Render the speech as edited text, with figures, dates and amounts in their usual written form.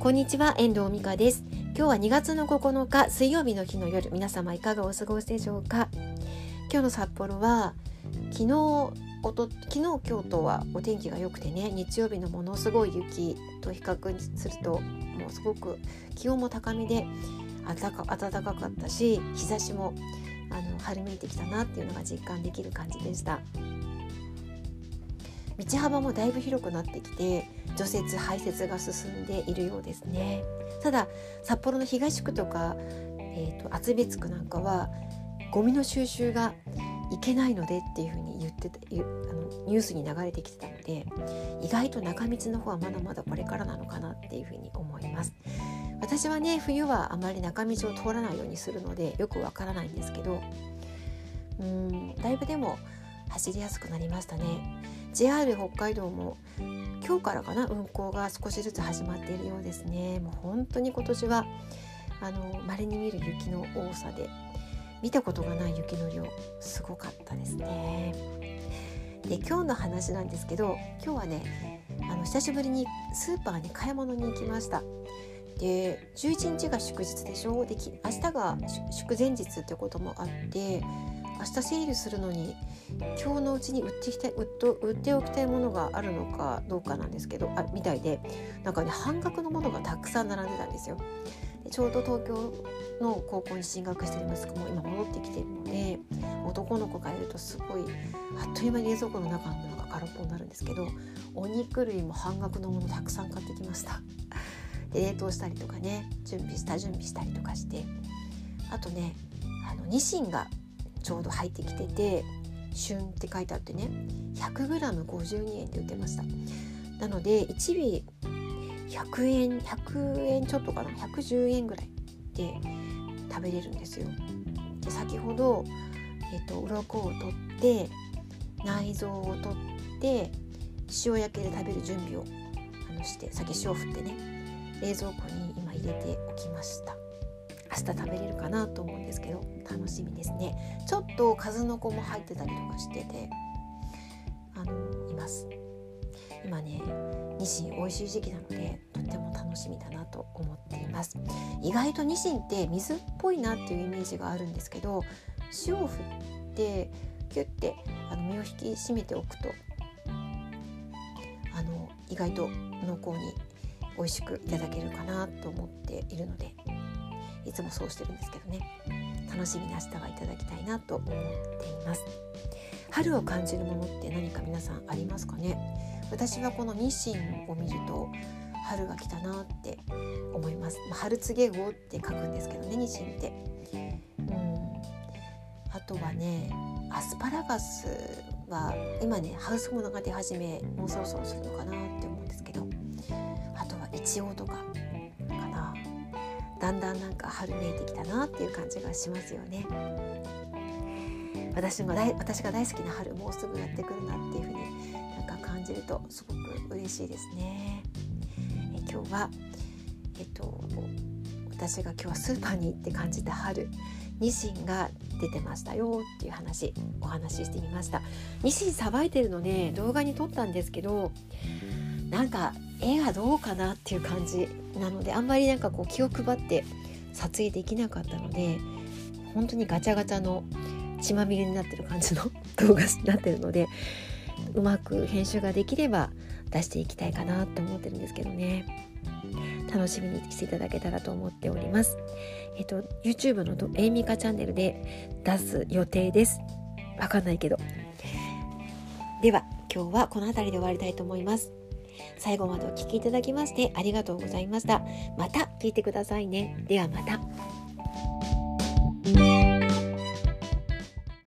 こんにちは、遠藤美香です。今日は2月の9日水曜日の日の夜、皆様いかがお過ごしでしょうか。今日の札幌は昨日今日とはお天気が良くてね、日曜日のものすごい雪と比較するともうすごく気温も高めで暖かかったし、日差しも春めいてきたなっていうのが実感できる感じでした。道幅もだいぶ広くなってきて、除雪排雪が進んでいるようですね。ただ札幌の東区とか、厚別区なんかはゴミの収集がいけないのでっていうふうに言ってたニュースに流れてきてたので、意外と中道の方はまだまだこれからなのかなっていうふうに思います。私はね、冬はあまり中道を通らないようにするのでよくわからないんですけど、だいぶでも走りやすくなりましたね。JR 北海道も今日からかな、運行が少しずつ始まっているようですね。もう本当に今年は稀に見る雪の多さで、見たことがない雪の量すごかったですね。で、今日の話なんですけど、今日はね久しぶりにスーパーに買い物に行きました。で、11日が祝日でしょ。で、明日が祝前日ってこともあって、明日セールするのに今日のうちに売っておきたいものがあるのかどうかなんですけど、みたいで、なんかね、半額のものがたくさん並んでたんですよ。で、ちょうど東京の高校に進学している息子も今戻ってきているので、男の子がいるとすごいあっという間に冷蔵庫の中のものが空っぽになるんですけど、お肉類も半額のものたくさん買ってきました。で、冷凍したりとかね、準備したりとかして、あとね、ニシンがちょうど入ってきてて、旬って書いてあってね、 100g52 円で売ってました。なので1尾100円ちょっとかな、110円ぐらいで食べれるんですよ。で、先ほど、鱗を取って内臓を取って塩焼きで食べる準備をして先塩を振ってね、冷蔵庫に今入れておきました。明日食べれるかなと思うんですけど、楽しみですね。ちょっと数の子も入ってたりとかしてています。今ね、ニシン美味しい時期なのでとっても楽しみだなと思っています。意外とニシンって水っぽいなっていうイメージがあるんですけど、塩を振ってキュッて身を引き締めておくと意外と濃厚に美味しくいただけるかなと思っているので、いつもそうしてるんですけどね、楽しみに明日はいただきたいなと思っています。春を感じるものって何か皆さんありますかね。私はこのニシンを見ると春が来たなって思います。春告げ号って書くんですけどね、ニシンって。あとはね、アスパラガスは今ね、ハウスモノが出始め、もうそろそろするのかなって思うんですけど、あとはイチゴとかかな。だんだんなんか春めいてきたなっていう感じがしますよね。私が大好きな春、もうすぐやってくるなっていうふうになんか感じるとすごく嬉しいですね。今日は私が今日はスーパーに行って感じた春、ニシンが出てましたよっていうお話ししてみました。ニシンさばいてるのね、動画に撮ったんですけど、なんか絵がどうかなっていう感じなので、あんまりなんかこう気を配って撮影できなかったので、本当にガチャガチャの血まみれになってる感じの動画になってるので、うまく編集ができれば出していきたいかなと思ってるんですけどね。楽しみにしていただけたらと思っております。YouTube のエイミカチャンネルで出す予定です。わかんないけど。では今日はこの辺りで終わりたいと思います。最後までお聞きいただきましてありがとうございました。また聞いてくださいね。ではまた。